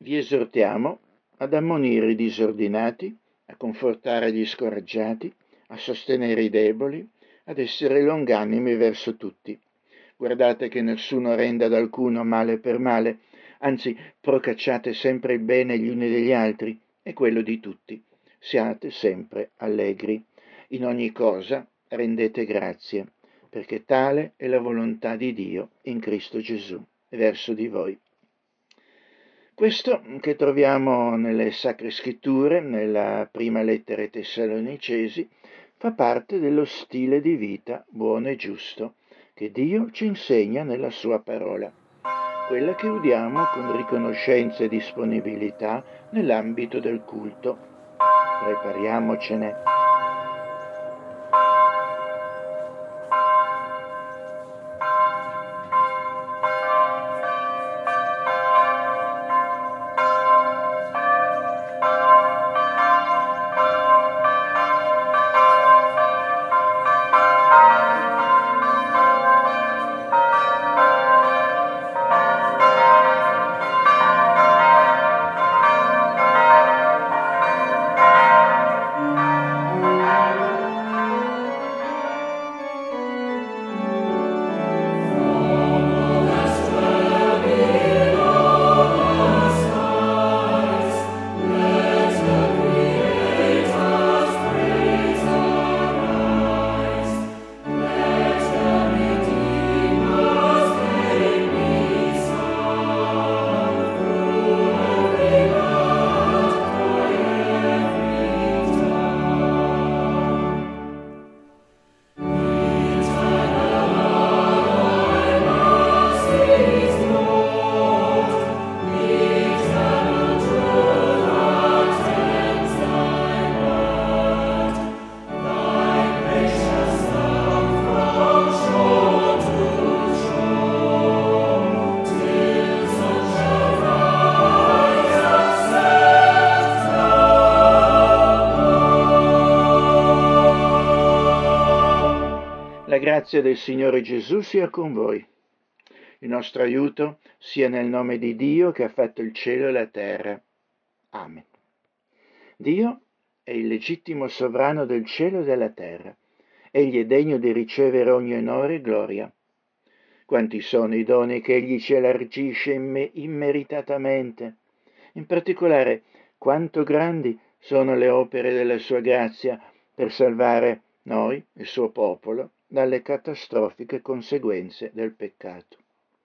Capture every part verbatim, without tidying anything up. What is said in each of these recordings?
vi esortiamo ad ammonire i disordinati, a confortare gli scoraggiati, a sostenere i deboli, ad essere longanimi verso tutti. Guardate che nessuno renda ad alcuno male per male, anzi procacciate sempre il bene gli uni degli altri e quello di tutti. Siate sempre allegri. In ogni cosa rendete grazie, perché tale è la volontà di Dio in Cristo Gesù verso di voi. Questo che troviamo nelle Sacre Scritture, nella prima lettera ai Tessalonicesi, fa parte dello stile di vita buono e giusto che Dio ci insegna nella sua parola, quella che udiamo con riconoscenza e disponibilità nell'ambito del culto. Prepariamocene. La grazia del Signore Gesù sia con voi. Il nostro aiuto sia nel nome di Dio che ha fatto il cielo e la terra. Amen. Dio è il legittimo sovrano del cielo e della terra. Egli è degno di ricevere ogni onore e gloria. Quanti sono i doni che Egli ci elargisce imme- immeritatamente. In particolare, quanto grandi sono le opere della sua grazia per salvare noi, il suo popolo, dalle catastrofiche conseguenze del peccato.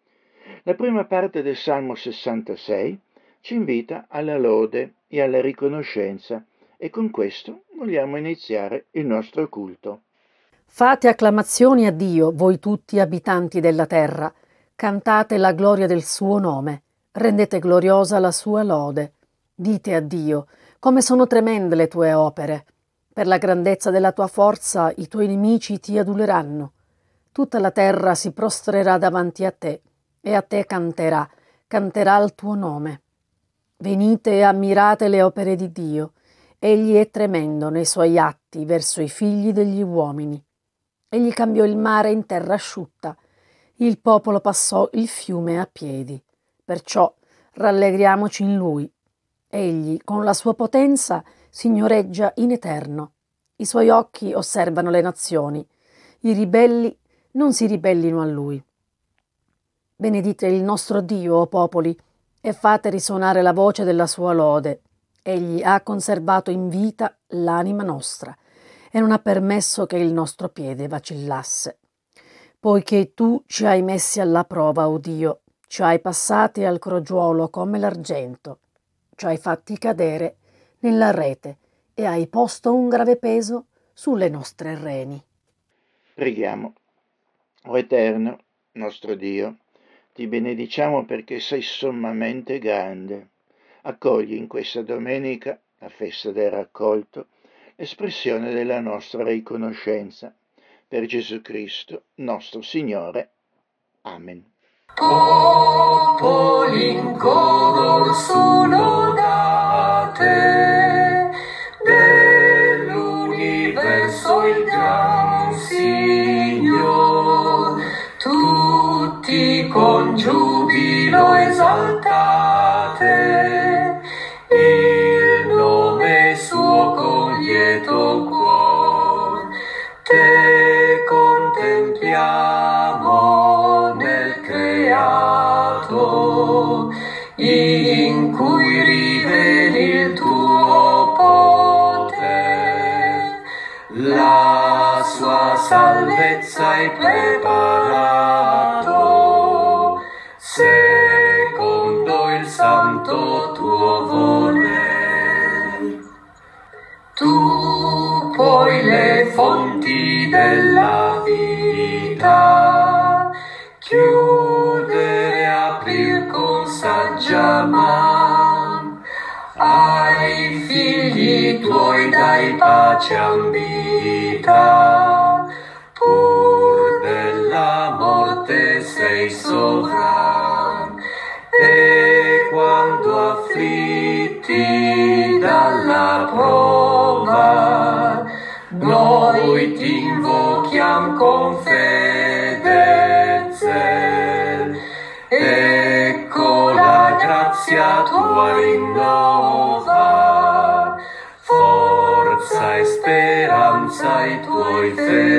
La prima parte del Salmo sessantasei ci invita alla lode e alla riconoscenza e con questo vogliamo iniziare il nostro culto. Fate acclamazioni a Dio, voi tutti abitanti della terra, cantate la gloria del suo nome, rendete gloriosa la sua lode. Dite a Dio, come sono tremende le tue opere. Per la grandezza della tua forza i tuoi nemici ti aduleranno. Tutta la terra si prostrerà davanti a te e a te canterà, canterà il tuo nome. Venite e ammirate le opere di Dio. Egli è tremendo nei suoi atti verso i figli degli uomini. Egli cambiò il mare in terra asciutta. Il popolo passò il fiume a piedi. Perciò rallegriamoci in lui. Egli, con la sua potenza, signoreggia in eterno. I suoi occhi osservano le nazioni. I ribelli non si ribellino a lui. Benedite il nostro Dio, o popoli, e fate risuonare la voce della sua lode. Egli ha conservato in vita l'anima nostra e non ha permesso che il nostro piede vacillasse. Poiché tu ci hai messi alla prova, o Dio, ci hai passati al crogiuolo come l'argento, ci hai fatti cadere nella rete e hai posto un grave peso sulle nostre reni. Preghiamo. O Eterno, nostro Dio, ti benediciamo perché sei sommamente grande. Accogli in questa domenica, la festa del raccolto, l'espressione della nostra riconoscenza. Per Gesù Cristo, nostro Signore. Amen. Popoli in coro sono date dell'universo il gran Signor, tutti con giubilo esaltate. in cui riveli il tuo potere, la sua salvezza hai preparato, secondo il santo tuo voler. Tu poi le fonti della vita chiudere e aprir con saggia man, ai figli tuoi dai pace ambita, pur della morte sei sovran, e quando afflitti dalla prova noi ti invochiam con fede, ecco la grazia tua rinnova, forza e speranza ai tuoi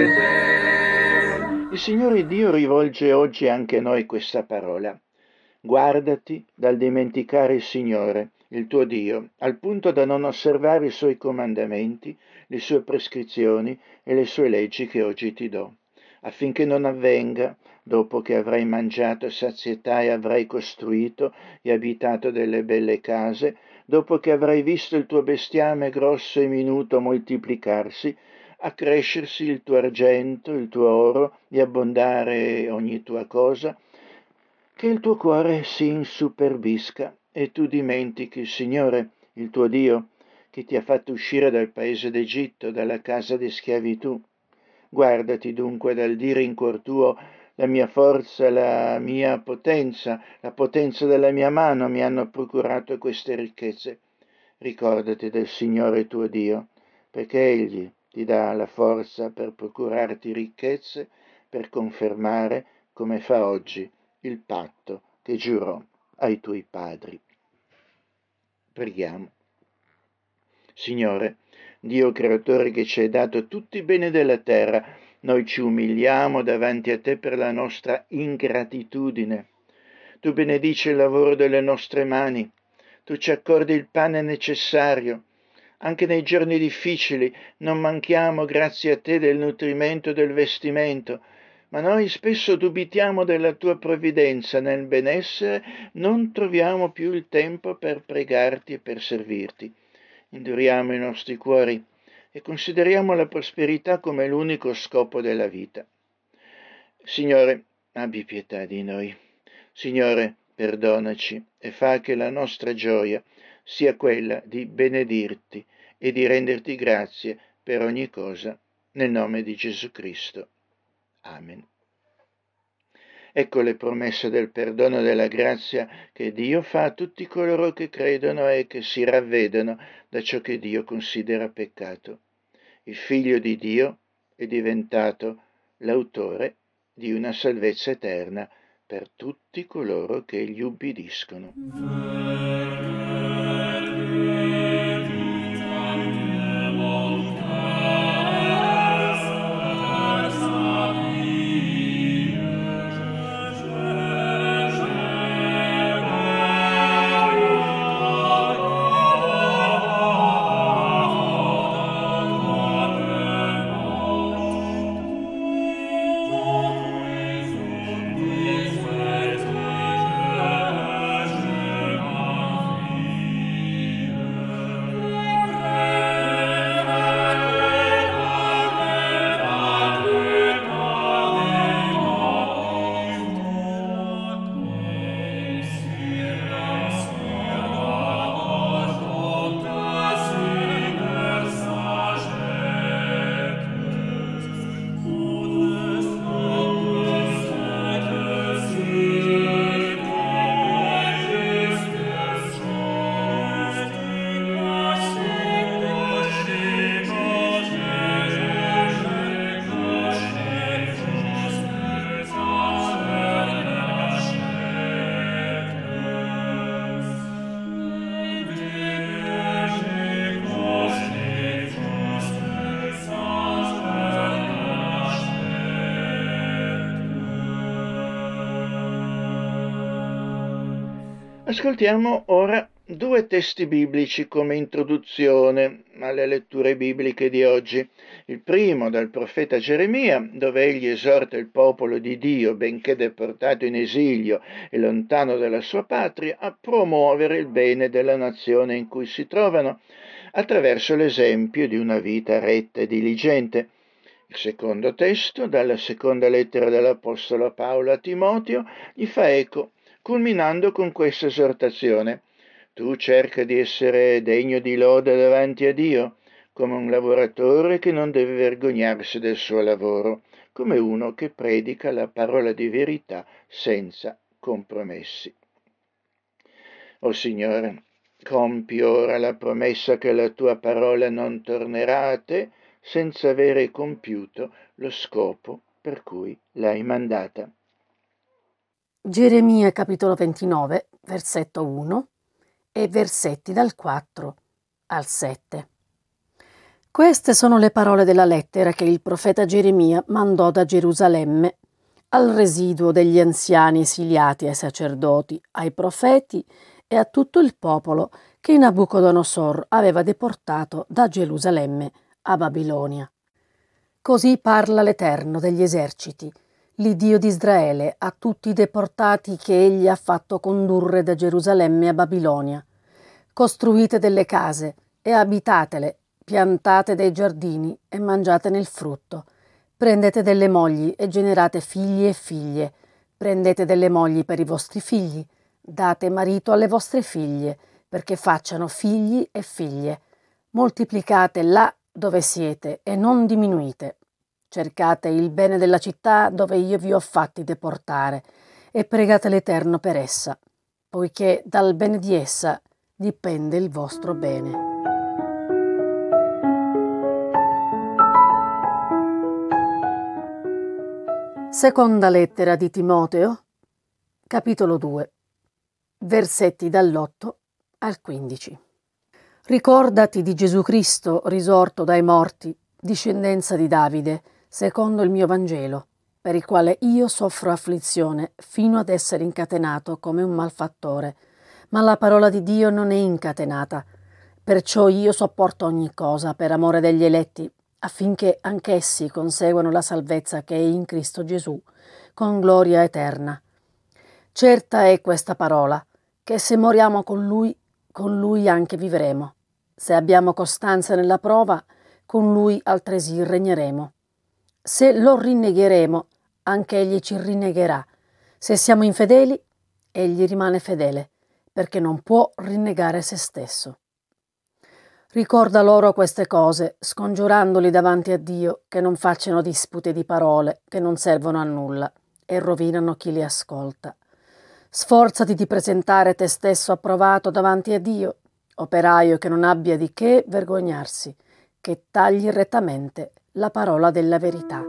fedeli. Il Signore Dio rivolge oggi anche a noi questa parola. Guardati dal dimenticare il Signore, il tuo Dio, al punto da non osservare i Suoi comandamenti, le Sue prescrizioni e le Sue leggi che oggi ti do, affinché non avvenga, dopo che avrai mangiato a sazietà e avrai costruito e abitato delle belle case, dopo che avrai visto il tuo bestiame grosso e minuto moltiplicarsi, accrescersi il tuo argento, il tuo oro e abbondare ogni tua cosa, che il tuo cuore si insuperbisca e tu dimentichi il Signore, il tuo Dio, che ti ha fatto uscire dal paese d'Egitto, dalla casa di schiavitù. Guardati dunque dal dire in cuor tuo: la mia forza, la mia potenza, la potenza della mia mano mi hanno procurato queste ricchezze. Ricordati del Signore tuo Dio, perché Egli ti dà la forza per procurarti ricchezze, per confermare, come fa oggi, il patto che giurò ai tuoi padri. Preghiamo. Signore, Dio creatore che ci hai dato tutti i beni della terra, noi ci umiliamo davanti a te per la nostra ingratitudine. Tu benedici il lavoro delle nostre mani, tu ci accordi il pane necessario. Anche nei giorni difficili non manchiamo, grazie a te, del nutrimento e del vestimento, ma noi spesso dubitiamo della tua provvidenza nel benessere, non troviamo più il tempo per pregarti e per servirti. Induriamo i nostri cuori e consideriamo la prosperità come l'unico scopo della vita. Signore, abbi pietà di noi. Signore, perdonaci e fa che la nostra gioia sia quella di benedirti e di renderti grazie per ogni cosa, nel nome di Gesù Cristo. Amen. Ecco le promesse del perdono e della grazia che Dio fa a tutti coloro che credono e che si ravvedono da ciò che Dio considera peccato. Il Figlio di Dio è diventato l'autore di una salvezza eterna per tutti coloro che gli ubbidiscono. Ascoltiamo ora due testi biblici come introduzione alle letture bibliche di oggi. Il primo dal profeta Geremia, dove egli esorta il popolo di Dio, benché deportato in esilio e lontano dalla sua patria, a promuovere il bene della nazione in cui si trovano, attraverso l'esempio di una vita retta e diligente. Il secondo testo, dalla seconda lettera dell'Apostolo Paolo a Timoteo, gli fa eco, culminando con questa esortazione: tu cerca di essere degno di lode davanti a Dio, come un lavoratore che non deve vergognarsi del suo lavoro, come uno che predica la parola di verità senza compromessi. O Signore, compi ora la promessa che la tua parola non tornerà a te senza avere compiuto lo scopo per cui l'hai mandata. Geremia capitolo ventinove, versetto uno e versetti dal quattro al sette. Queste sono le parole della lettera che il profeta Geremia mandò da Gerusalemme al residuo degli anziani esiliati, ai sacerdoti, ai profeti e a tutto il popolo che Nabucodonosor aveva deportato da Gerusalemme a Babilonia. Così parla l'Eterno degli eserciti, l'Iddio di Israele, a tutti i deportati che egli ha fatto condurre da Gerusalemme a Babilonia. Costruite delle case e abitatele, piantate dei giardini e mangiate nel frutto. Prendete delle mogli e generate figli e figlie. Prendete delle mogli per i vostri figli. Date marito alle vostre figlie, perché facciano figli e figlie. Moltiplicate là dove siete e non diminuite. Cercate il bene della città dove io vi ho fatti deportare e pregate l'Eterno per essa, poiché dal bene di essa dipende il vostro bene. Seconda lettera di Timoteo, capitolo due, versetti dall'otto al quindici. Ricordati di Gesù Cristo, risorto dai morti, discendenza di Davide, secondo il mio Vangelo, per il quale io soffro afflizione fino ad essere incatenato come un malfattore. Ma la parola di Dio non è incatenata. Perciò io sopporto ogni cosa per amore degli eletti, affinché anch'essi conseguano la salvezza che è in Cristo Gesù, con gloria eterna. Certa è questa parola, che se moriamo con Lui, con Lui anche vivremo. Se abbiamo costanza nella prova, con Lui altresì regneremo. Se lo rinnegheremo, anche Egli ci rinnegherà. Se siamo infedeli, Egli rimane fedele, perché non può rinnegare se stesso. Ricorda loro queste cose, scongiurandoli davanti a Dio che non facciano dispute di parole che non servono a nulla e rovinano chi li ascolta. Sforzati di presentare te stesso approvato davanti a Dio, operaio che non abbia di che vergognarsi, che tagli rettamente la parola della verità.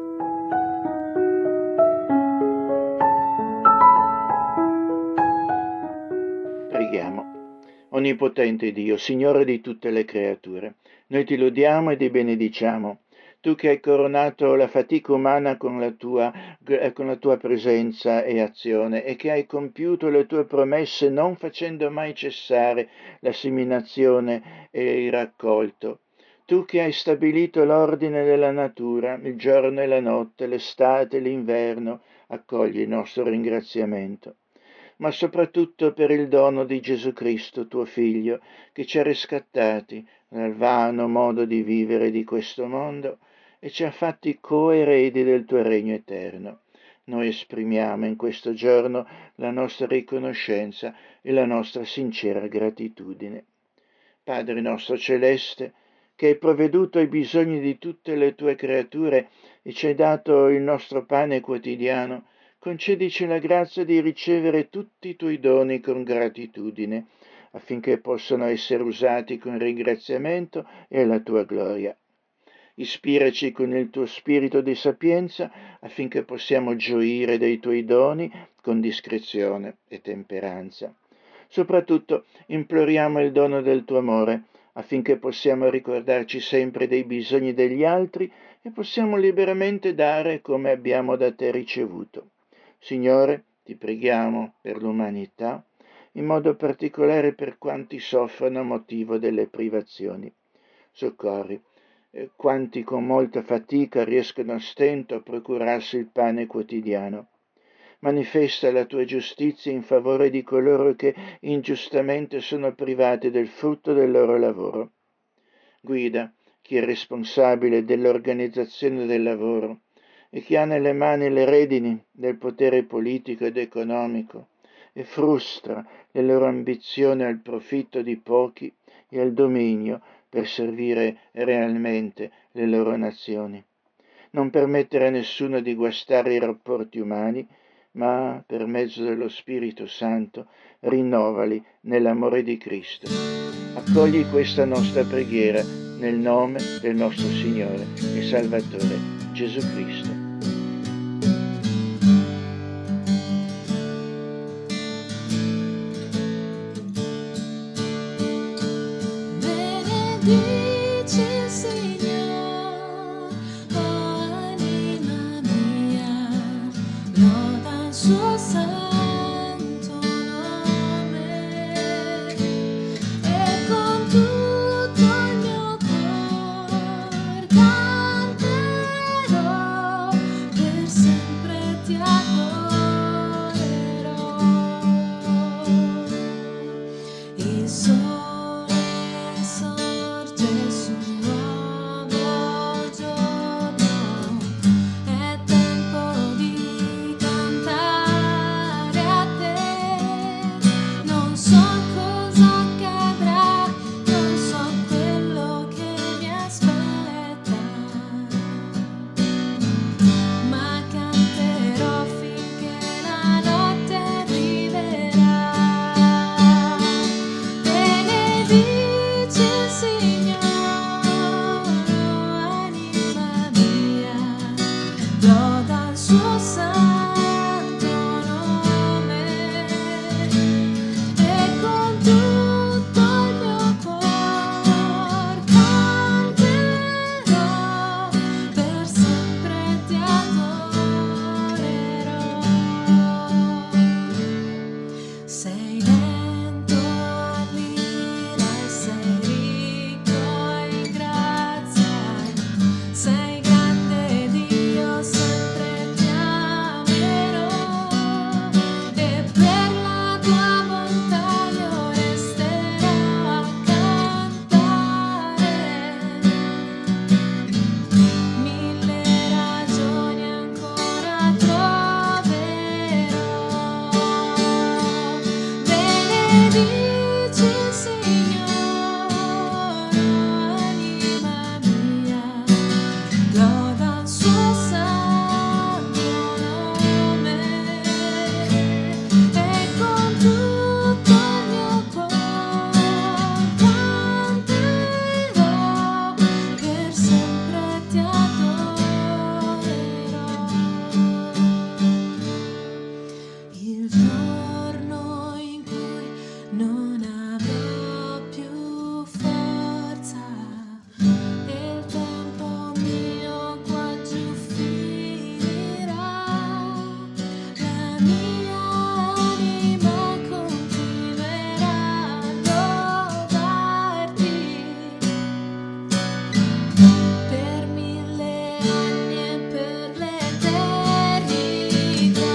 Preghiamo. Onnipotente Dio, Signore di tutte le creature, noi ti lodiamo e ti benediciamo. Tu che hai coronato la fatica umana con la tua, con la tua presenza e azione e che hai compiuto le tue promesse non facendo mai cessare la seminazione e il raccolto. Tu che hai stabilito l'ordine della natura, il giorno e la notte, l'estate e l'inverno, accogli il nostro ringraziamento. Ma soprattutto per il dono di Gesù Cristo, tuo Figlio, che ci ha riscattati dal vano modo di vivere di questo mondo e ci ha fatti coeredi del tuo regno eterno. Noi esprimiamo in questo giorno la nostra riconoscenza e la nostra sincera gratitudine. Padre nostro celeste, che hai provveduto ai bisogni di tutte le tue creature e ci hai dato il nostro pane quotidiano, concedici la grazia di ricevere tutti i tuoi doni con gratitudine, affinché possano essere usati con ringraziamento e alla tua gloria. Ispiraci con il tuo spirito di sapienza, affinché possiamo gioire dei tuoi doni con discrezione e temperanza. Soprattutto imploriamo il dono del tuo amore, affinché possiamo ricordarci sempre dei bisogni degli altri e possiamo liberamente dare come abbiamo da te ricevuto. Signore, ti preghiamo per l'umanità in modo particolare per quanti soffrono a motivo delle privazioni. Soccorri eh, quanti con molta fatica riescono a stento a procurarsi il pane quotidiano. Manifesta la tua giustizia in favore di coloro che ingiustamente sono privati del frutto del loro lavoro. Guida chi è responsabile dell'organizzazione del lavoro e chi ha nelle mani le redini del potere politico ed economico e frustra le loro ambizioni al profitto di pochi e al dominio per servire realmente le loro nazioni. Non permettere a nessuno di guastare i rapporti umani, ma per mezzo dello Spirito Santo rinnovali nell'amore di Cristo. Accogli questa nostra preghiera nel nome del nostro Signore e Salvatore Gesù Cristo. Benedici il Signore, oh anima mia, loda il suo santo nome, e con tutto il mio cuore canterò, per sempre ti adorerò. Il sole sorge su un nuovo giorno, è tempo di cantare a te. Non so cosa accadrà, non so quello che mi aspetta, ma canterò finché la notte arriverà. Benedici il Signore, anima mia, loda il suo santo nome, e con tutto il mio cuore canterò, per sempre ti adorerò. Sei lento all'ira e sei ricco in grazia, sei grande Dio, sempre ti amerò, e per la tua bontà io resterò a cantare. Mille ragioni ancora troverò. Benedici il Signore, anima mia, loda il suo santo nome, e con tutto il mio cuore canterò, per sempre ti adorerò. Il giorno in cui non avrò più forza e il tempo mio qua giù finirà, la mia anima continuerà a lodarti per mille anni e per l'eternità.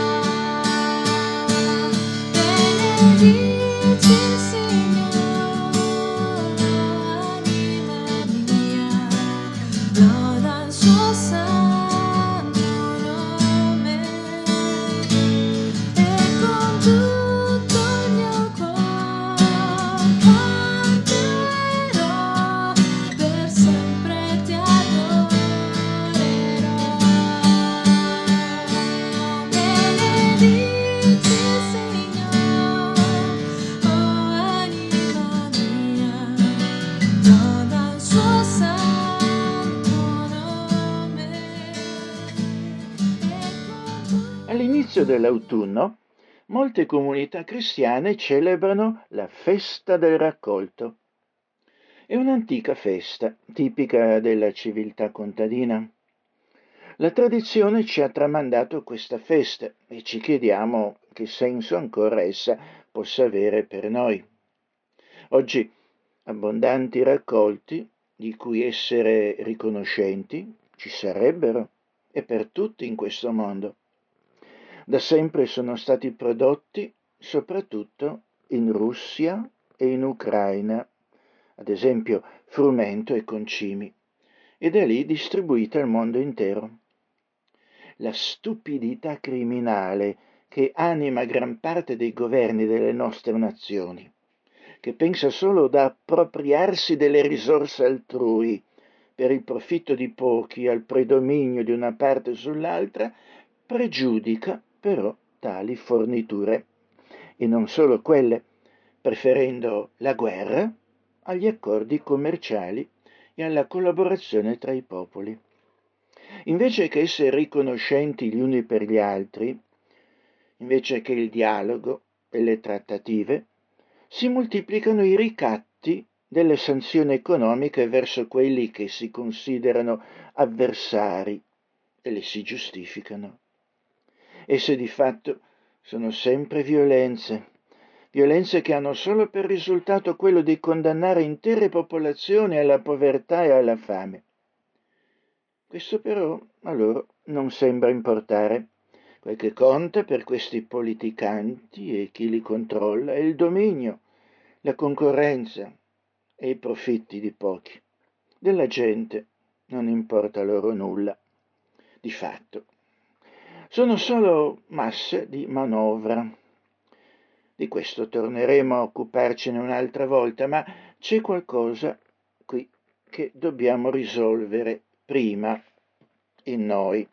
Benedici il Signore, anima mia, loda il suo santo nome, e con tutto il mio cuore canterò, per sempre ti adorerò. Benedici il Signore, oh anima mia, loda il suo santo nome, e con All'inizio dell'autunno, molte comunità cristiane celebrano la festa del raccolto. È un'antica festa, tipica della civiltà contadina. La tradizione ci ha tramandato questa festa e ci chiediamo che senso ancora essa possa avere per noi. Oggi abbondanti raccolti di cui essere riconoscenti ci sarebbero e per tutti in questo mondo. Da sempre sono stati prodotti soprattutto in Russia e in Ucraina, ad esempio frumento e concimi, e da lì distribuiti al mondo intero. La stupidità criminale che anima gran parte dei governi delle nostre nazioni, che pensa solo ad appropriarsi delle risorse altrui per il profitto di pochi al predominio di una parte sull'altra, pregiudica però tali forniture, e non solo quelle, preferendo la guerra agli accordi commerciali e alla collaborazione tra i popoli. Invece che essere riconoscenti gli uni per gli altri, invece che il dialogo e le trattative, si moltiplicano i ricatti delle sanzioni economiche verso quelli che si considerano avversari e le si giustificano. Esse di fatto sono sempre violenze, violenze che hanno solo per risultato quello di condannare intere popolazioni alla povertà e alla fame. Questo però a loro non sembra importare. Quel che conta per questi politicanti e chi li controlla è il dominio, la concorrenza e i profitti di pochi. Della gente non importa loro nulla. Di fatto, sono solo masse di manovra. Di questo torneremo a occuparcene un'altra volta, ma c'è qualcosa qui che dobbiamo risolvere prima in noi.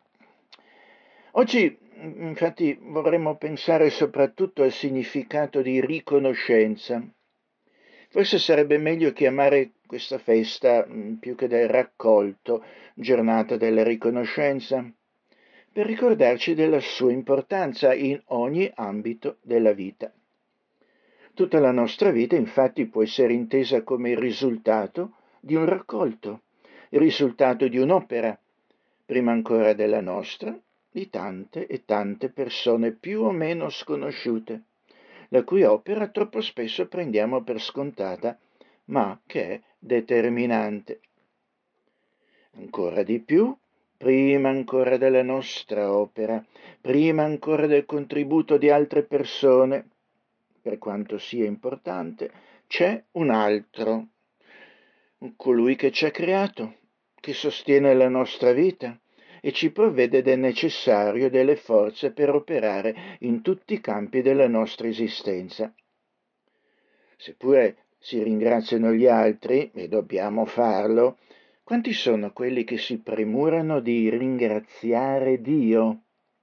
Oggi, infatti, vorremmo pensare soprattutto al significato di riconoscenza. Forse sarebbe meglio chiamare questa festa, più che del raccolto, giornata della riconoscenza, per ricordarci della sua importanza in ogni ambito della vita. Tutta la nostra vita, infatti, può essere intesa come il risultato di un raccolto, il risultato di un'opera, prima ancora della nostra, di tante e tante persone più o meno sconosciute, la cui opera troppo spesso prendiamo per scontata, ma che è determinante. Ancora di più, prima ancora della nostra opera, prima ancora del contributo di altre persone, per quanto sia importante, c'è un altro, colui che ci ha creato, che sostiene la nostra vita e ci provvede del necessario e delle forze per operare in tutti i campi della nostra esistenza. Seppure si ringraziano gli altri, e dobbiamo farlo, quanti sono quelli che si premurano di ringraziare Dio?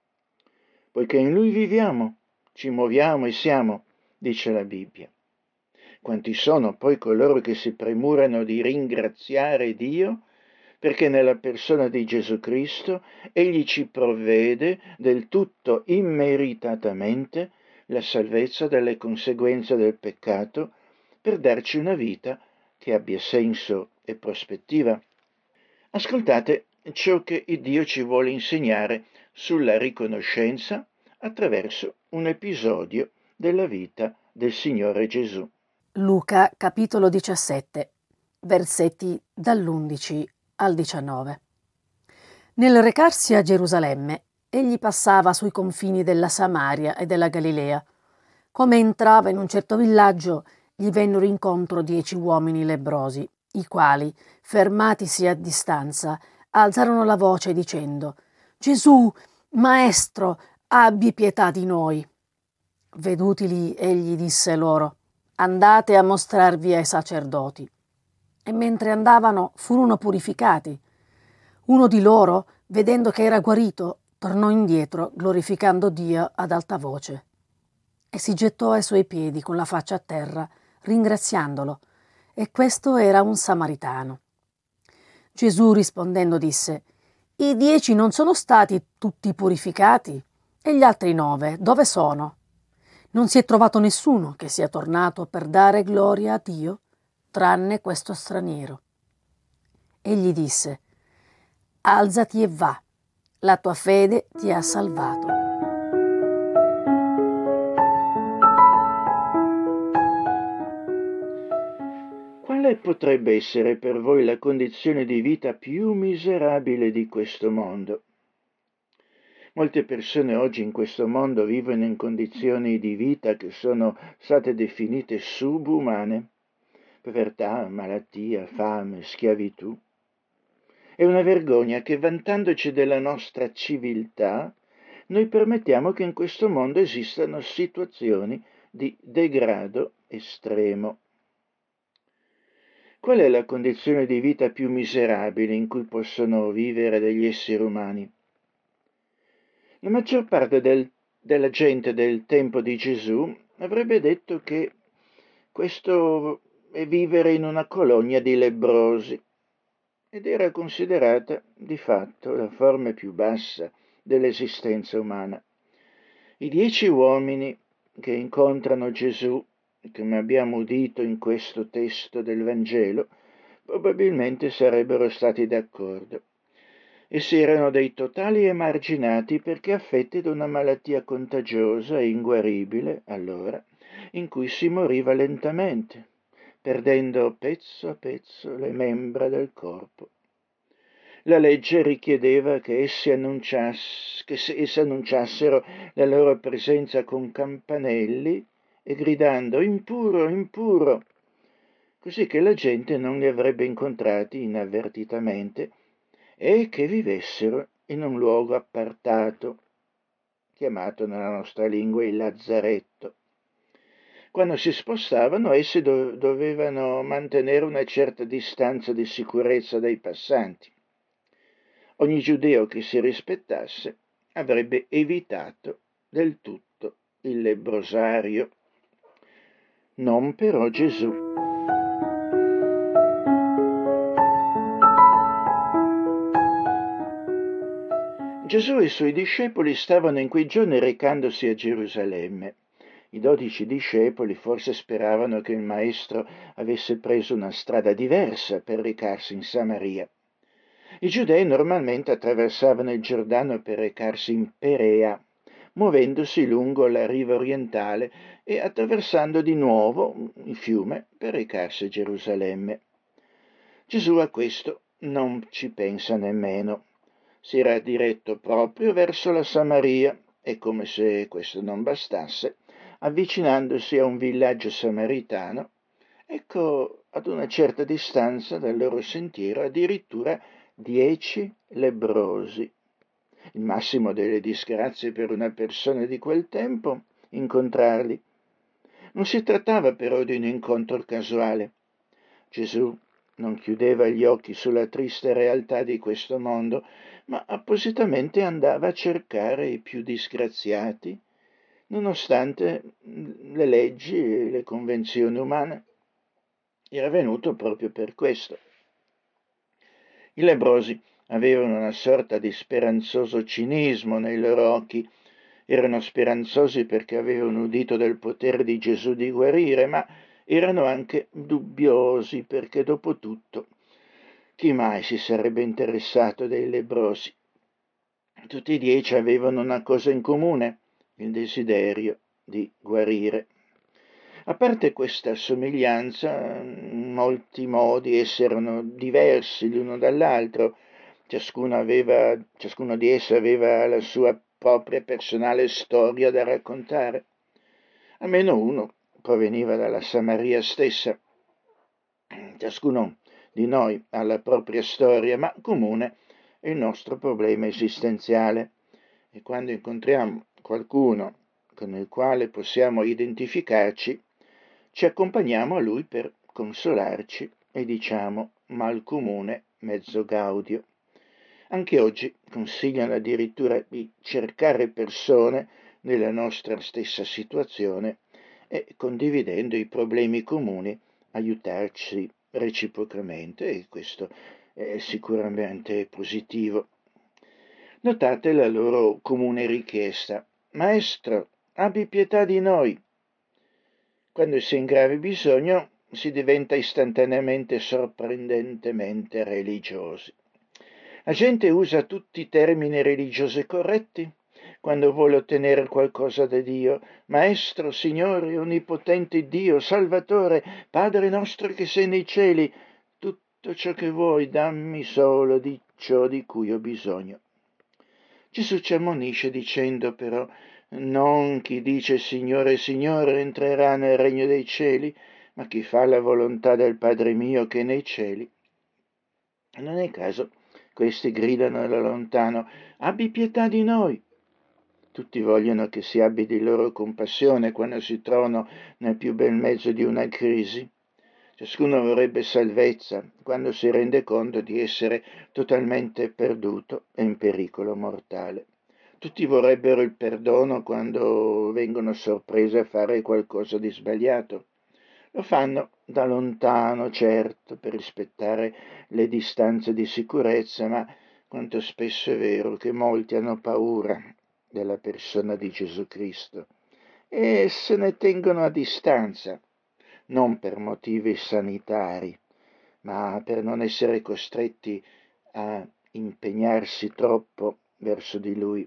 Poiché in Lui viviamo, ci muoviamo e siamo, dice la Bibbia. Quanti sono poi coloro che si premurano di ringraziare Dio? Perché nella persona di Gesù Cristo Egli ci provvede del tutto immeritatamente la salvezza dalle conseguenze del peccato per darci una vita che abbia senso e prospettiva. Ascoltate ciò che Dio ci vuole insegnare sulla riconoscenza attraverso un episodio della vita del Signore Gesù. Luca capitolo diciassette, versetti dall'undici al diciannove. Nel recarsi a Gerusalemme, egli passava sui confini della Samaria e della Galilea. Come entrava in un certo villaggio, gli vennero incontro dieci uomini lebbrosi, i quali, fermatisi a distanza, alzarono la voce dicendo: «Gesù, Maestro, abbi pietà di noi». Vedutili, egli disse loro: «Andate a mostrarvi ai sacerdoti». E mentre andavano furono purificati. Uno di loro, vedendo che era guarito, tornò indietro, glorificando Dio ad alta voce. E si gettò ai suoi piedi con la faccia a terra, ringraziandolo. E questo era un samaritano. Gesù rispondendo disse: «I dieci non sono stati tutti purificati? E gli altri nove, dove sono? Non si è trovato nessuno che sia tornato per dare gloria a Dio, tranne questo straniero». Egli disse: «Alzati e va, la tua fede ti ha salvato». Quale potrebbe essere per voi la condizione di vita più miserabile di questo mondo? Molte persone oggi in questo mondo vivono in condizioni di vita che sono state definite subumane: povertà, malattia, fame, schiavitù. È una vergogna che, vantandoci della nostra civiltà, noi permettiamo che in questo mondo esistano situazioni di degrado estremo. Qual è la condizione di vita più miserabile in cui possono vivere degli esseri umani? La maggior parte del, della gente del tempo di Gesù avrebbe detto che questo è vivere in una colonia di lebbrosi, ed era considerata di fatto la forma più bassa dell'esistenza umana. I dieci uomini che incontrano Gesù, come abbiamo udito in questo testo del Vangelo, probabilmente sarebbero stati d'accordo. Essi erano dei totali emarginati perché affetti da una malattia contagiosa e inguaribile, allora, in cui si moriva lentamente, perdendo pezzo a pezzo le membra del corpo. La legge richiedeva che essi, annunciass- che essi annunciassero la loro presenza con campanelli e gridando impuro, impuro, così che la gente non li avrebbe incontrati inavvertitamente e che vivessero in un luogo appartato, chiamato nella nostra lingua il lazzaretto. Quando si spostavano, essi do- dovevano mantenere una certa distanza di sicurezza dai passanti. Ogni giudeo che si rispettasse avrebbe evitato del tutto il lebbrosario. Non però Gesù. Gesù e i suoi discepoli stavano in quei giorni recandosi a Gerusalemme. I dodici discepoli forse speravano che il Maestro avesse preso una strada diversa per recarsi in Samaria. I giudei normalmente attraversavano il Giordano per recarsi in Perea, muovendosi lungo la riva orientale e attraversando di nuovo il fiume per recarsi a Gerusalemme. Gesù a questo non ci pensa nemmeno. Si era diretto proprio verso la Samaria e, come se questo non bastasse, avvicinandosi a un villaggio samaritano, ecco ad una certa distanza dal loro sentiero addirittura dieci lebbrosi. Il massimo delle disgrazie per una persona di quel tempo, incontrarli. Non si trattava però di un incontro casuale. Gesù non chiudeva gli occhi sulla triste realtà di questo mondo, ma appositamente andava a cercare i più disgraziati, nonostante le leggi e le convenzioni umane. Era venuto proprio per questo. I lebbrosi avevano una sorta di speranzoso cinismo nei loro occhi. Erano speranzosi perché avevano udito del potere di Gesù di guarire, ma erano anche dubbiosi perché, dopo tutto, chi mai si sarebbe interessato dei lebbrosi? Tutti e dieci avevano una cosa in comune: il desiderio di guarire. A parte questa somiglianza, in molti modi essi erano diversi l'uno dall'altro. Ciascuno, aveva, ciascuno di essi aveva la sua propria personale storia da raccontare. Almeno uno proveniva dalla Samaria stessa. Ciascuno di noi ha la propria storia, ma comune è il nostro problema esistenziale. E quando incontriamo qualcuno con il quale possiamo identificarci, ci accompagniamo a lui per consolarci e diciamo mal comune mezzo gaudio. Anche oggi consigliano addirittura di cercare persone nella nostra stessa situazione e, condividendo i problemi comuni, aiutarci reciprocamente, e questo è sicuramente positivo. Notate la loro comune richiesta: Maestro, abbi pietà di noi. Quando si è in grave bisogno si diventa istantaneamente sorprendentemente religiosi. La gente usa tutti i termini religiosi corretti, quando vuole ottenere qualcosa da Dio. Maestro, Signore, onnipotente Dio, Salvatore, Padre nostro che sei nei cieli, tutto ciò che vuoi, dammi solo di ciò di cui ho bisogno. Gesù ci ammonisce dicendo però: non chi dice Signore, Signore entrerà nel regno dei cieli, ma chi fa la volontà del Padre mio che è nei cieli. Non è caso questi gridano da lontano: abbi pietà di noi. Tutti vogliono che si abbi di loro compassione quando si trovano nel più bel mezzo di una crisi. Ciascuno vorrebbe salvezza quando si rende conto di essere totalmente perduto e in pericolo mortale. Tutti vorrebbero il perdono quando vengono sorpresi a fare qualcosa di sbagliato. Lo fanno da lontano, certo, per rispettare le distanze di sicurezza, ma quanto spesso è vero che molti hanno paura della persona di Gesù Cristo e se ne tengono a distanza, non per motivi sanitari, ma per non essere costretti a impegnarsi troppo verso di Lui.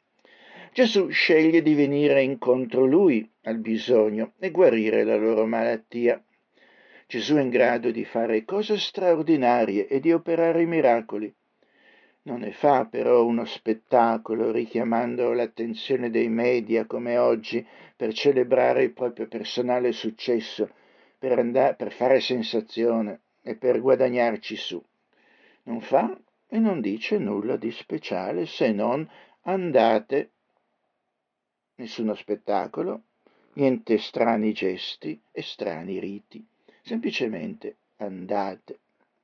Gesù sceglie di venire incontro Lui al bisogno e guarire la loro malattia. Gesù è in grado di fare cose straordinarie e di operare miracoli. Non ne fa però uno spettacolo richiamando l'attenzione dei media come oggi per celebrare il proprio personale successo, per, andare, per fare sensazione e per guadagnarci su. Non fa e non dice nulla di speciale se non andate. Nessuno spettacolo, niente strani gesti e strani riti, semplicemente andate.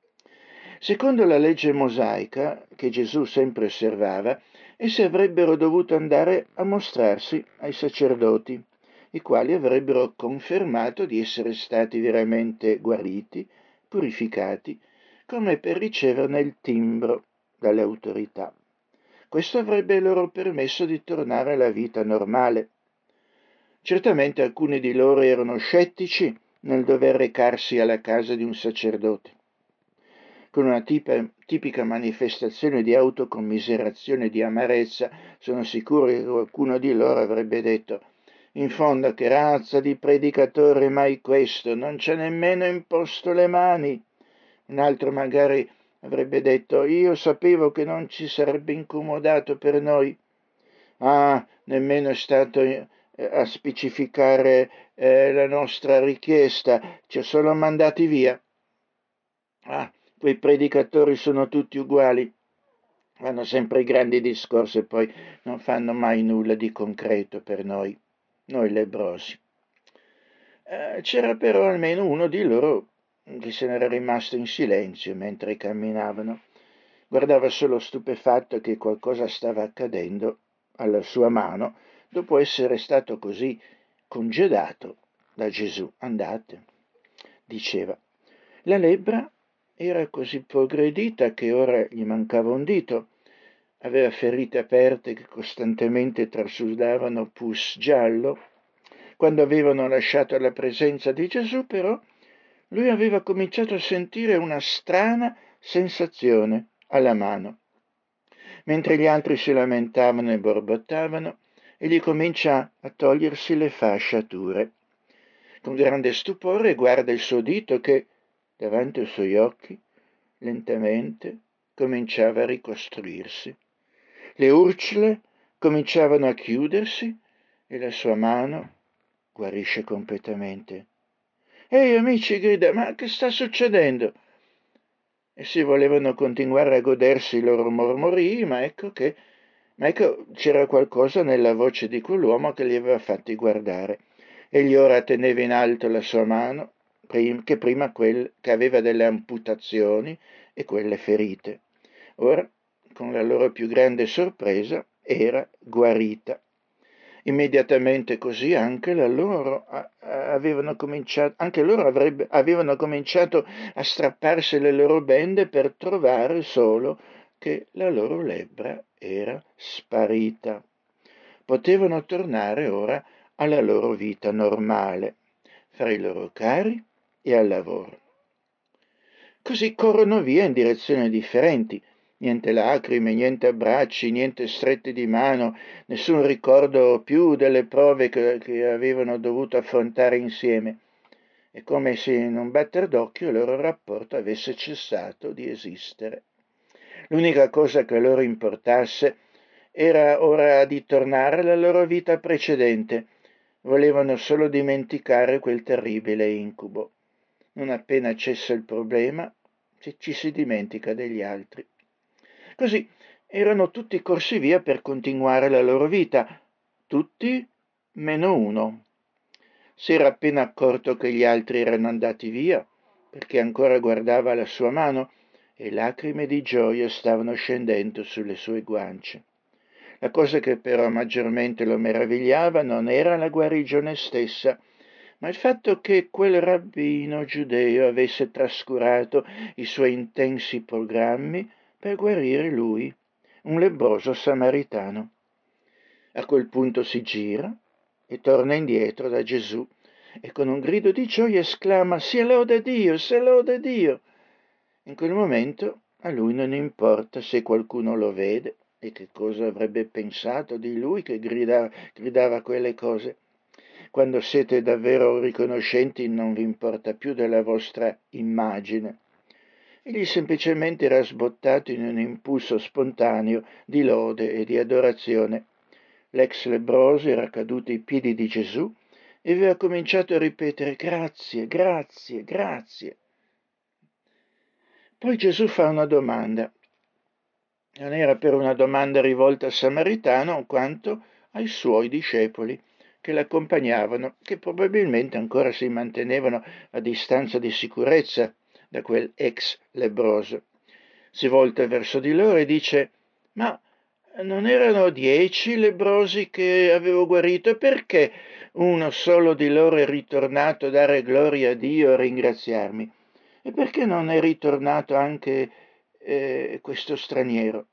Secondo la legge mosaica, che Gesù sempre osservava, essi avrebbero dovuto andare a mostrarsi ai sacerdoti, i quali avrebbero confermato di essere stati veramente guariti, purificati, come per riceverne il timbro dalle autorità. Questo avrebbe loro permesso di tornare alla vita normale. Certamente alcuni di loro erano scettici nel dover recarsi alla casa di un sacerdote. Con una tipa, tipica manifestazione di autocommiserazione e di amarezza, sono sicuro che qualcuno di loro avrebbe detto: in fondo che razza di predicatore mai questo, non c'è nemmeno imposto le mani. Un altro magari avrebbe detto: io sapevo che non ci sarebbe incomodato per noi. Ah, nemmeno è stato eh, a specificare eh, la nostra richiesta, ci ha solo mandati via. Ah, quei predicatori sono tutti uguali, fanno sempre i grandi discorsi e poi non fanno mai nulla di concreto per noi, noi lebbrosi. Eh, c'era però almeno uno di loro che se n'era rimasto in silenzio mentre camminavano. Guardava solo stupefatto che qualcosa stava accadendo alla sua mano dopo essere stato così congedato da Gesù. Andate, diceva. La lebbra era così progredita che ora gli mancava un dito, aveva ferite aperte che costantemente trasudavano pus giallo. Quando avevano lasciato la presenza di Gesù, però, lui aveva cominciato a sentire una strana sensazione alla mano. Mentre gli altri si lamentavano e borbottavano, egli comincia a togliersi le fasciature. Con grande stupore guarda il suo dito che, davanti ai suoi occhi, lentamente cominciava a ricostruirsi. Le urcole cominciavano a chiudersi e la sua mano guarisce completamente. Ehi amici, grida, ma che sta succedendo? Essi volevano continuare a godersi i loro mormorii, ma ecco che ma ecco c'era qualcosa nella voce di quell'uomo che li aveva fatti guardare. Egli ora teneva in alto la sua mano, che prima quel, che aveva delle amputazioni e quelle ferite. Ora, con la loro più grande sorpresa, era guarita. Immediatamente così anche la loro avevano cominciato, anche loro avrebbe, avevano cominciato a strapparsi le loro bende per trovare solo che la loro lebbra era sparita. Potevano tornare ora alla loro vita normale, fra i loro cari e al lavoro. Così corrono via in direzioni differenti, Niente lacrime, niente abbracci, niente strette di mano, nessun ricordo più delle prove che, che avevano dovuto affrontare insieme. È come se in un batter d'occhio il loro rapporto avesse cessato di esistere. L'unica cosa che a loro importasse era ora di tornare alla loro vita precedente. Volevano solo dimenticare quel terribile incubo. Non appena cessa il problema, ci si dimentica degli altri. Così erano tutti corsi via per continuare la loro vita, tutti meno uno. Si era appena accorto che gli altri erano andati via, perché ancora guardava la sua mano e lacrime di gioia stavano scendendo sulle sue guance. La cosa che però maggiormente lo meravigliava non era la guarigione stessa, ma il fatto che quel rabbino giudeo avesse trascurato i suoi intensi programmi per guarire lui, un lebbroso samaritano. A quel punto si gira e torna indietro da Gesù e con un grido di gioia esclama: «Sia lode Dio, sia lode Dio!» In quel momento a lui non importa se qualcuno lo vede e che cosa avrebbe pensato di lui che gridava, gridava quelle cose. Quando siete davvero riconoscenti non vi importa più della vostra immagine. Egli semplicemente era sbottato in un impulso spontaneo di lode e di adorazione. L'ex lebbroso era caduto ai piedi di Gesù e aveva cominciato a ripetere: «Grazie, grazie, grazie». Poi Gesù fa una domanda. Non era per una domanda rivolta al samaritano quanto ai suoi discepoli che l'accompagnavano, che probabilmente ancora si mantenevano a distanza di sicurezza da quel ex lebbroso. Si volta verso di loro e dice: «Ma non erano dieci lebbrosi che avevo guarito? E perché uno solo di loro è ritornato a dare gloria a Dio e a ringraziarmi? E perché non è ritornato anche eh, questo straniero?»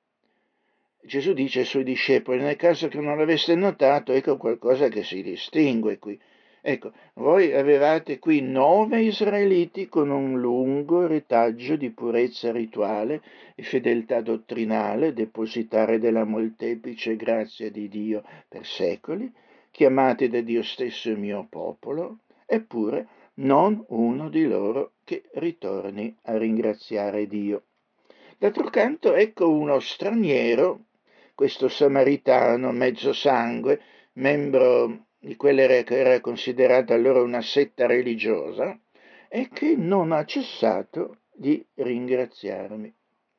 Gesù dice ai suoi discepoli: «Nel caso che non l'aveste notato, ecco qualcosa che si distingue qui. Ecco, voi avevate qui nove israeliti con un lungo retaggio di purezza rituale e fedeltà dottrinale, depositari della molteplice grazia di Dio per secoli, chiamati da Dio stesso il mio popolo, eppure non uno di loro che ritorni a ringraziare Dio. D'altro canto, ecco uno straniero, questo samaritano mezzo sangue, membro di quella che era considerata allora una setta religiosa, e che non ha cessato di ringraziarmi».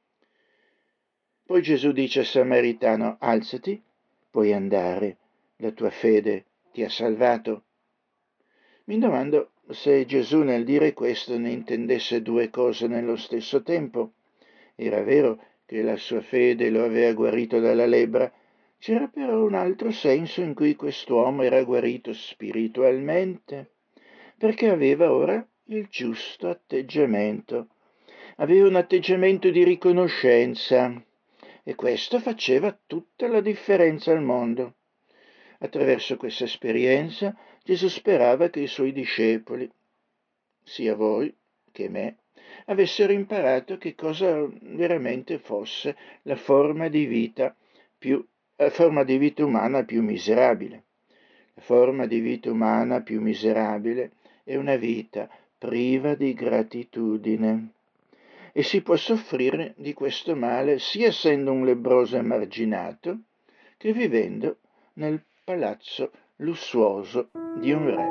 Poi Gesù dice al samaritano: «Alzati, puoi andare, la tua fede ti ha salvato». Mi domando se Gesù nel dire questo ne intendesse due cose nello stesso tempo. Era vero che la sua fede lo aveva guarito dalla lebbra, c'era però un altro senso in cui quest'uomo era guarito spiritualmente, perché aveva ora il giusto atteggiamento, aveva un atteggiamento di riconoscenza, e questo faceva tutta la differenza al mondo. Attraverso questa esperienza Gesù sperava che i suoi discepoli, sia voi che me, avessero imparato che cosa veramente fosse la forma di vita più la forma di vita umana più miserabile. La forma di vita umana più miserabile è una vita priva di gratitudine, e si può soffrire di questo male sia essendo un lebbroso emarginato che vivendo nel palazzo lussuoso di un re.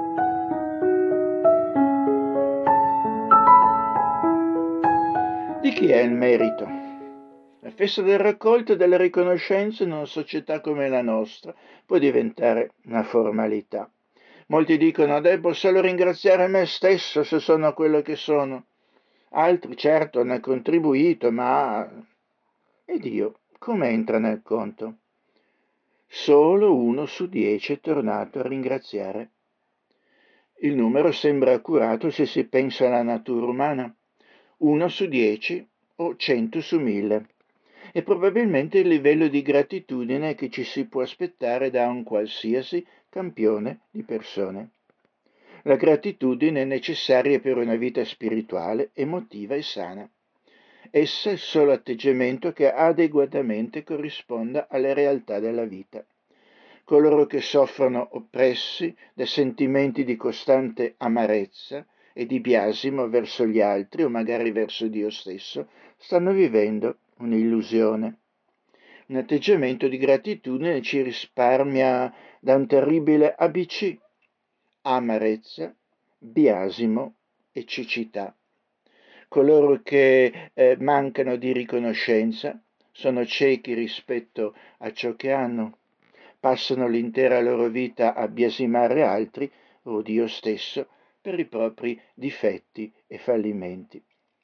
Di chi è il merito? La festa del raccolto e della riconoscenza in una società come la nostra può diventare una formalità. Molti dicono: «Devo solo ringraziare me stesso se sono quello che sono». Altri certo hanno contribuito, ma... E Dio come entra nel conto? Solo uno su dieci è tornato a ringraziare. Il numero sembra accurato se si pensa alla natura umana. Uno su dieci o cento su mille. È probabilmente il livello di gratitudine che ci si può aspettare da un qualsiasi campione di persone. La gratitudine è necessaria per una vita spirituale, emotiva e sana. essa è il solo atteggiamento che adeguatamente corrisponda alle realtà della vita. Coloro che soffrono oppressi da sentimenti di costante amarezza e di biasimo verso gli altri o magari verso Dio stesso, stanno vivendo un'illusione. Un atteggiamento di gratitudine ci risparmia da un terribile A B C: amarezza, biasimo e cecità. Coloro che eh, mancano di riconoscenza sono ciechi rispetto a ciò che hanno, passano l'intera loro vita a biasimare altri o Dio stesso per i propri difetti e fallimenti.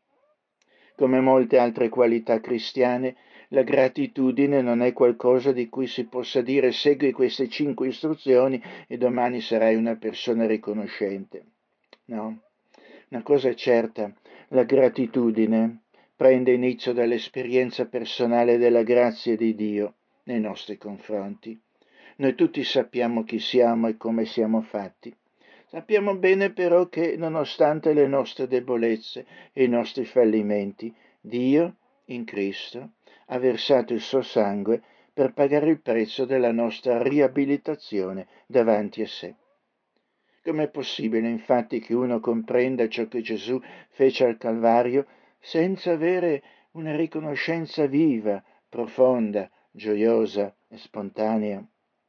Come molte altre qualità cristiane, la gratitudine non è qualcosa di cui si possa dire segui queste cinque istruzioni e domani sarai una persona riconoscente. No, una cosa è certa, la gratitudine prende inizio dall'esperienza personale della grazia di Dio nei nostri confronti. Noi tutti sappiamo chi siamo e come siamo fatti. Sappiamo bene però che, nonostante le nostre debolezze e i nostri fallimenti, Dio, in Cristo, ha versato il suo sangue per pagare il prezzo della nostra riabilitazione davanti a sé. Com'è possibile, infatti, che uno comprenda ciò che Gesù fece al Calvario senza avere una riconoscenza viva, profonda, gioiosa e spontanea?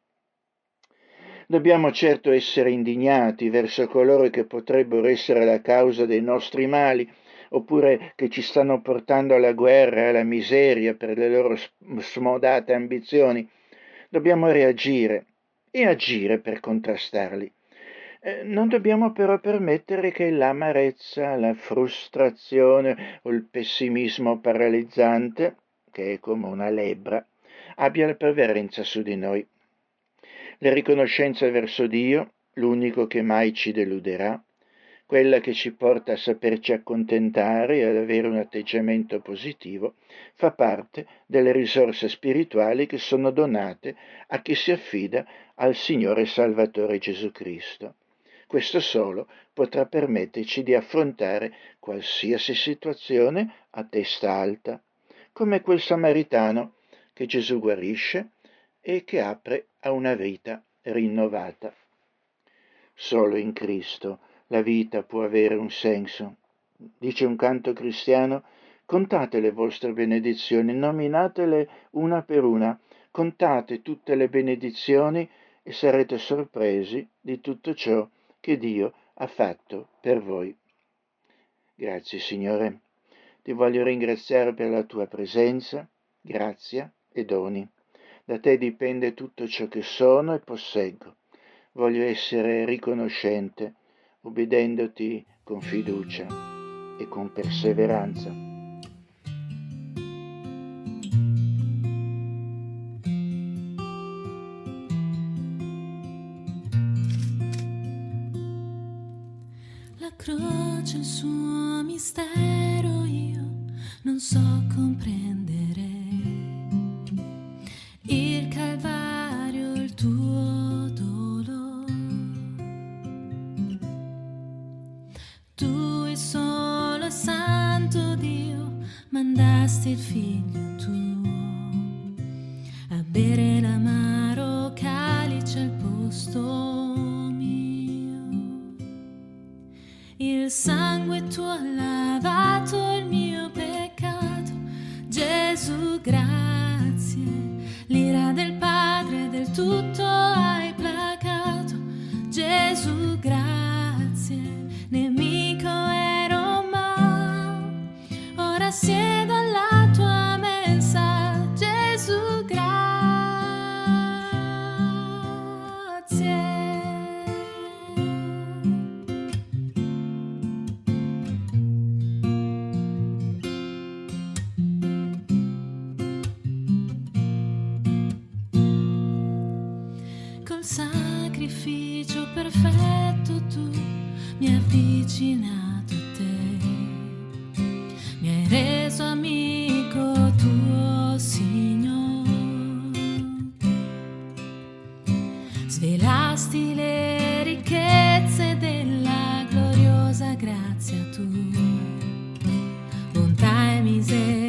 Dobbiamo certo essere indignati verso coloro che potrebbero essere la causa dei nostri mali, oppure che ci stanno portando alla guerra e alla miseria per le loro smodate ambizioni. Dobbiamo reagire e agire per contrastarli. Eh, non dobbiamo però permettere che l'amarezza, la frustrazione o il pessimismo paralizzante, che è come una lebbra, abbia la prevalenza su di noi. La riconoscenza verso Dio, l'unico che mai ci deluderà, quella che ci porta a saperci accontentare e ad avere un atteggiamento positivo, fa parte delle risorse spirituali che sono donate a chi si affida al Signore Salvatore Gesù Cristo. Questo solo potrà permetterci di affrontare qualsiasi situazione a testa alta, come quel samaritano che Gesù guarisce e che apre a una vita rinnovata. Solo in Cristo la vita può avere un senso. Dice un canto cristiano: contate le vostre benedizioni, nominatele una per una, contate tutte le benedizioni e sarete sorpresi di tutto ciò che Dio ha fatto per voi. Grazie Signore, ti voglio ringraziare per la tua presenza, grazia e doni. Da te dipende tutto ciò che sono e posseggo. Voglio essere riconoscente, obbedendoti con fiducia e con perseveranza. La croce, il suo mistero io non so comprendere. Il Calvario, il tuo dolore. Tu, il solo e santo Dio, mandasti il figlio tuo a bere l'amaro calice al posto mio. Il sangue tuo ha lavato il mio peccato. Gesù, grazie. L'ira del Padre del tutto hai placato. Gesù, grazie. Nemico ero ma ora siedo alla tua mensa. Gesù, grazie. Col sacrificio perfetto tu mi hai avvicinato a te, mi hai reso amico tuo, Signore. Svelasti le ricchezze della gloriosa grazia tua, bontà e miseria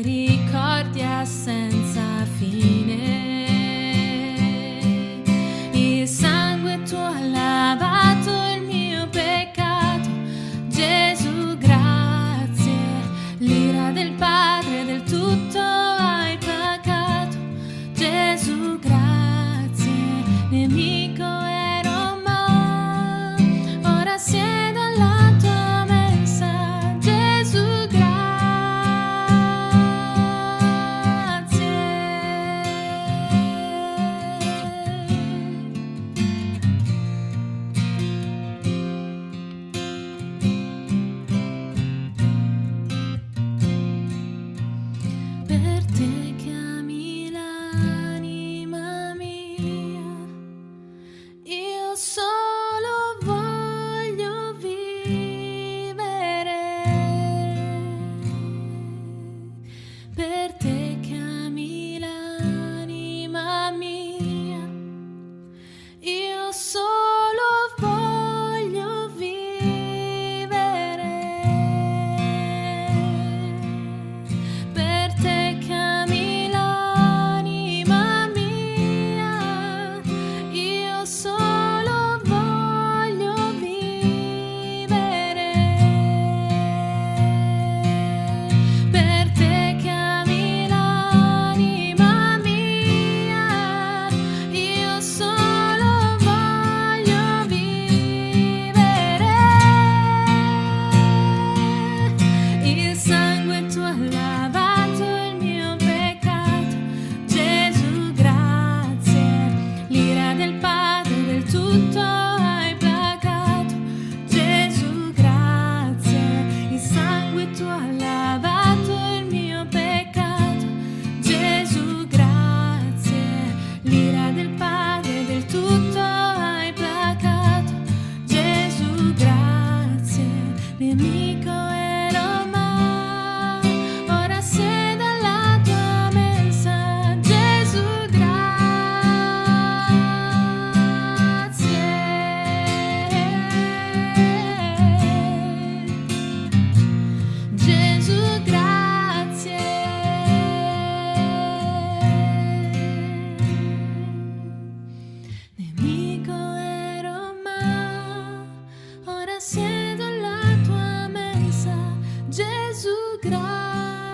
grazie.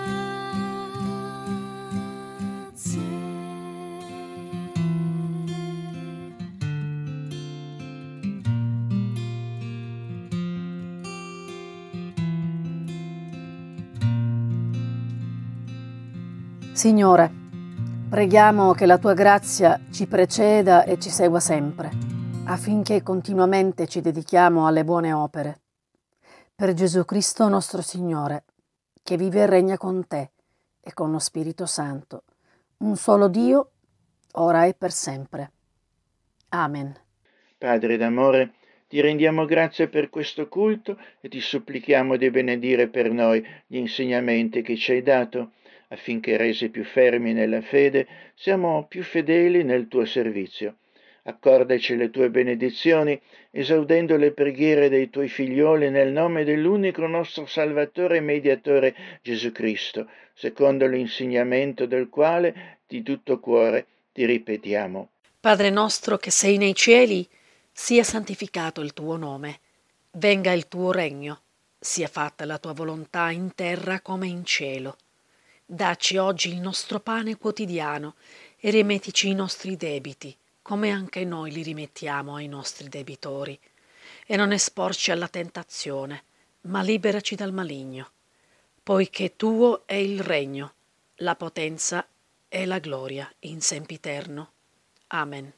Signore, preghiamo che la tua grazia ci preceda e ci segua sempre, affinché continuamente ci dedichiamo alle buone opere. Per Gesù Cristo nostro Signore, che vive e regna con te e con lo Spirito Santo, un solo Dio, ora e per sempre. Amen. Padre d'amore, ti rendiamo grazie per questo culto e ti supplichiamo di benedire per noi gli insegnamenti che ci hai dato, affinché resi più fermi nella fede, siamo più fedeli nel tuo servizio. Accordaci le tue benedizioni, esaudendo le preghiere dei tuoi figlioli nel nome dell'unico nostro Salvatore e Mediatore Gesù Cristo, secondo l'insegnamento del quale di tutto cuore ti ripetiamo. Padre nostro che sei nei cieli, sia santificato il tuo nome, venga il tuo regno, sia fatta la tua volontà in terra come in cielo. Dacci oggi il nostro pane quotidiano e rimettici i nostri debiti, come anche noi li rimettiamo ai nostri debitori. E non esporci alla tentazione, ma liberaci dal maligno, poiché tuo è il regno, la potenza e la gloria in sempiterno. Amen.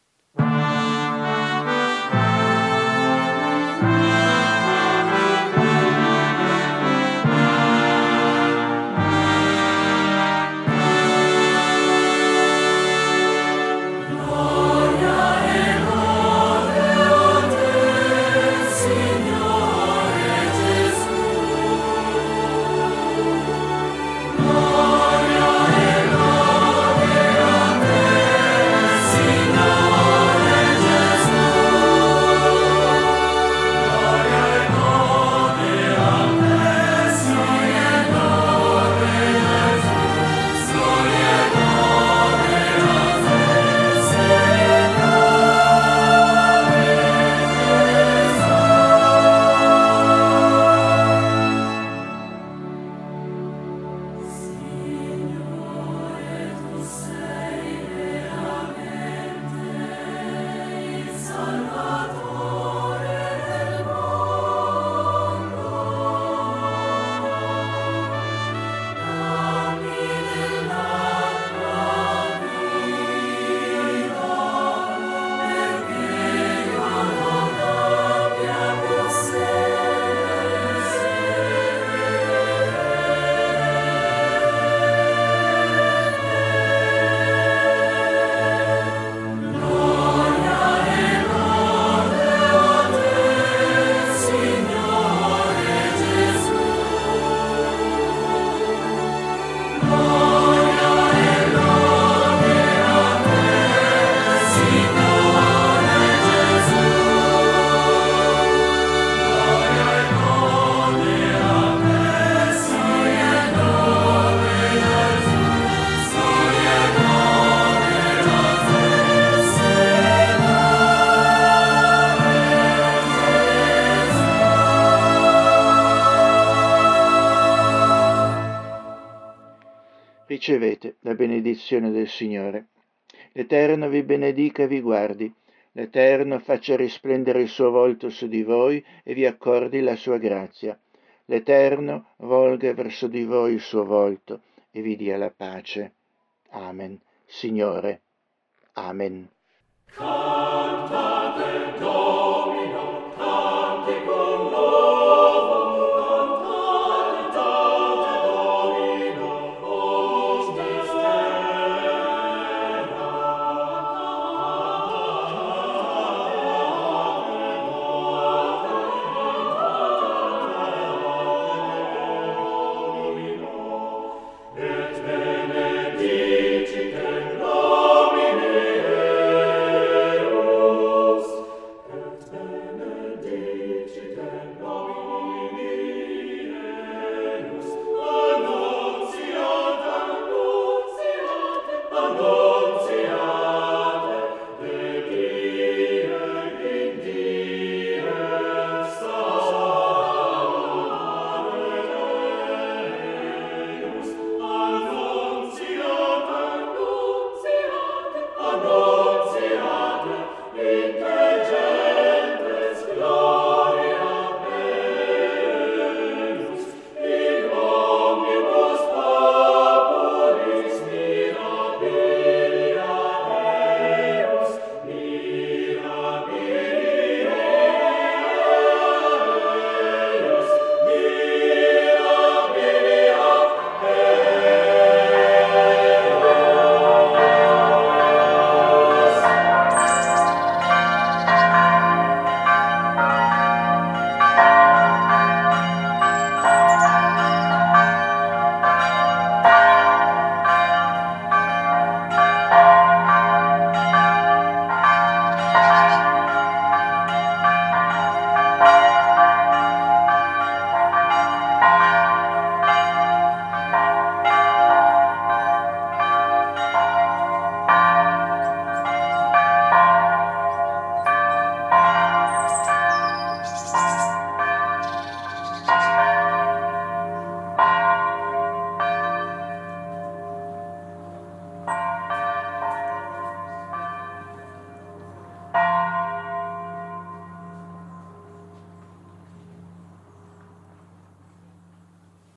Ricevete la benedizione del Signore. L'Eterno vi benedica e vi guardi. L'Eterno faccia risplendere il suo volto su di voi e vi accordi la sua grazia. L'Eterno volga verso di voi il suo volto e vi dia la pace. Amen. Signore. Amen. Cantate